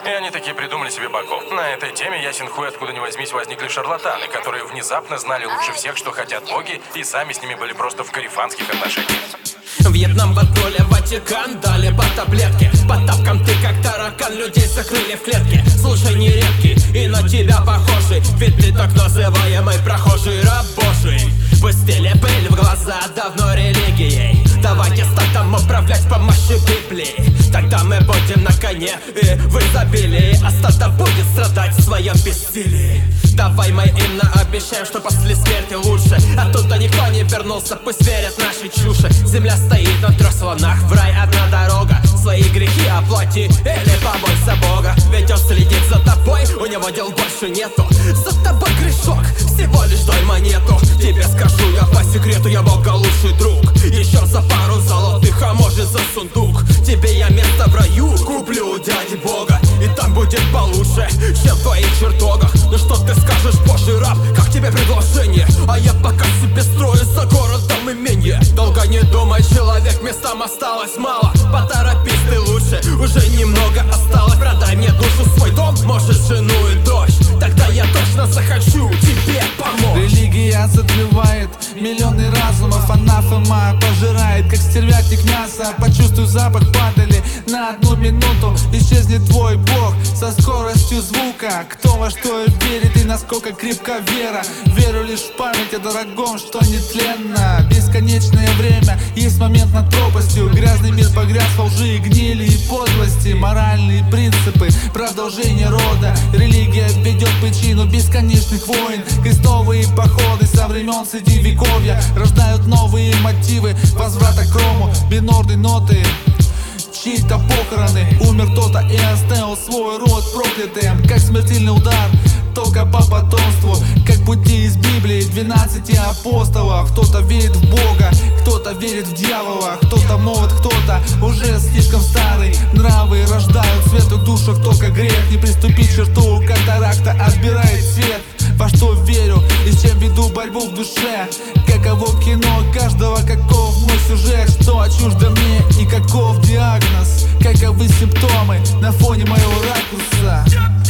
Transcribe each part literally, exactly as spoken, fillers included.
И они такие придумали себе богов. На этой теме, ясен хуй, откуда ни возьмись, возникли шарлатаны, которые внезапно знали лучше всех, что хотят боги, и сами с ними были просто в корефанских отношениях. Вьетнам воткнули, Ватикан дали по таблетке. По тапкам ты как таракан, людей закрыли в клетке. Слушай, не редкий и на тебя похожий, ведь ты так называемый прохожий раб божий. Пустили пыль в глаза давно религией. Давайте статом управлять с помощью Библии. Тогда мы будем на коне и в изобилии, а стадо будет страдать в своем бессилии. Давай мы им наобещаем, что после смерти лучше. Оттуда никто не вернулся, пусть верят нашей чуши. Земля стоит на трех слонах, в рай одна дорога. Свои грехи оплати или побойся Бога. Ведь он следит за тобой, у него дел больше нету. За тобой грешок, всего лишь дай монету. Тебе скажу я по секрету, я Бога лучший друг. Еще за пару золотых, а может за сундук. Тебе я место в раю куплю у дяди Бога. И там будет получше, чем в твоих чертогах. Ну что ты скажешь, божий раб, как тебе предложение? А я пока себе строю за городом имение. Долго не думай, человек, местам осталось мало. Поторопись ты лучше, уже немного осталось. Продай мне душу, свой дом, может жену и дочь. Тогда я точно захочу тебе помочь. Религия затмевает миллионы разумов. Анафема пожирает, как стервятник мясо. Почувствуй запах падали на одну минуту. Исчезнет твой бог со скоростью звука. Кто во что верит и насколько крепка вера. Верю лишь в память о дорогом, что нетленно. Бесконечное время, есть момент над пропастью. Грязный мир погряз во лжи, гнили и подлости. Моральные принципы, продолжение рода. Религия ведет причину бесконечных войн. Крестовые походы со времен средневековья рождают новые мотивы возврата к рому. Минорные ноты, чьи-то похороны. Умер кто-то и оставил свой род проклятым. Как смертельный удар, только по потомству. Как пути из Библии, двенадцати апостолов. Кто-то верит в Бога, кто-то верит в дьявола. Кто-то молод, кто-то уже слишком старый. Нравы рождают в светлых душах только грех. Не приступить к черту, катаракта отбирает цвет. Во что верю и с чем веду борьбу в душе. Каково кино каждого, каков мой сюжет. Что чуждо мне и каков диагноз. Каковы симптомы на фоне моего ракурса.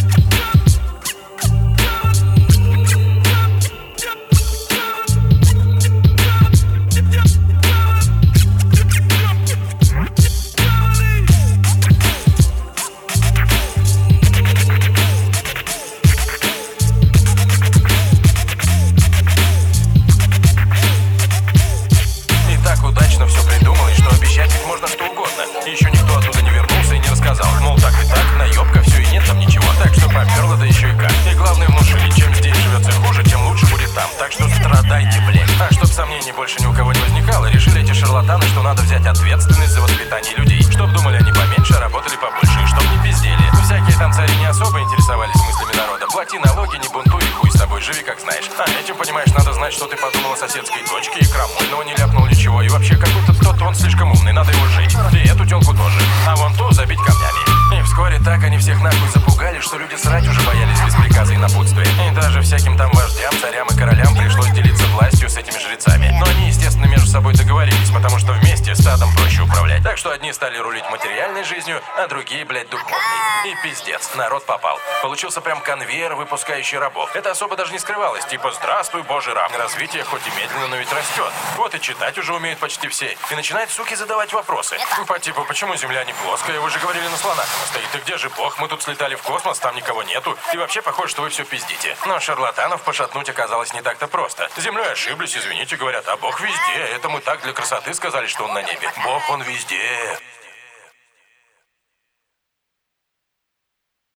Еще никто оттуда не вернулся и не рассказал. Мол, так и так, наебка, все и нет там ничего. Так что поперло, да еще и как. И главное внушили, чем здесь живется хуже, тем лучше будет там. Так что страдайте, блин. А чтоб сомнений больше ни у кого не возникало, решили эти шарлатаны, что надо взять ответственность за воспитание людей. Чтоб думали они поменьше, а работали побольше. И чтоб не пиздели. Всякие там цари не особо интересовались мыслями народа. Плати налоги, не бунтуй и хуй с тобой, живи как знаешь. А этим, понимаешь, надо знать, что ты подумал о соседской дочке и крамольного не ляпнул ничего. И вообще, какой-то тот он слишком умный, надо его жить. И эту телку тоже. А вон ту забить камнями. И вскоре так они всех нахуй запугали, что люди срать уже боялись без приказа и напутствия. И даже всяким там вождям, царям и королям пришлось делиться властью с этими жрецами. Но они, естественно, между собой договорились, потому что вместе стадом проще управлять. Так что одни стали рулить материальной жизнью, а другие, блядь, духовной. И пиздец, народ попал. Получился прям конвейер, выпускающий рабов. Это особо даже не скрывалось, типа «Здравствуй, божий раб». Развитие хоть и медленно, но ведь растет. Вот и читать уже умеют почти все. И начинают, суки, задавать вопросы. По типу, почему Земля не плоская? Вы же говорили, на слонах она стоит. И где же Бог? Мы тут слетали в космос, там никого нету. И вообще похоже, что вы все пиздите. Но шарлатанов пошатнуть оказалось не так-то просто. Землей ошиблись, извините, говорят, а Бог везде. Это мы так для красоты сказали, что он на небе. Бог, он везде.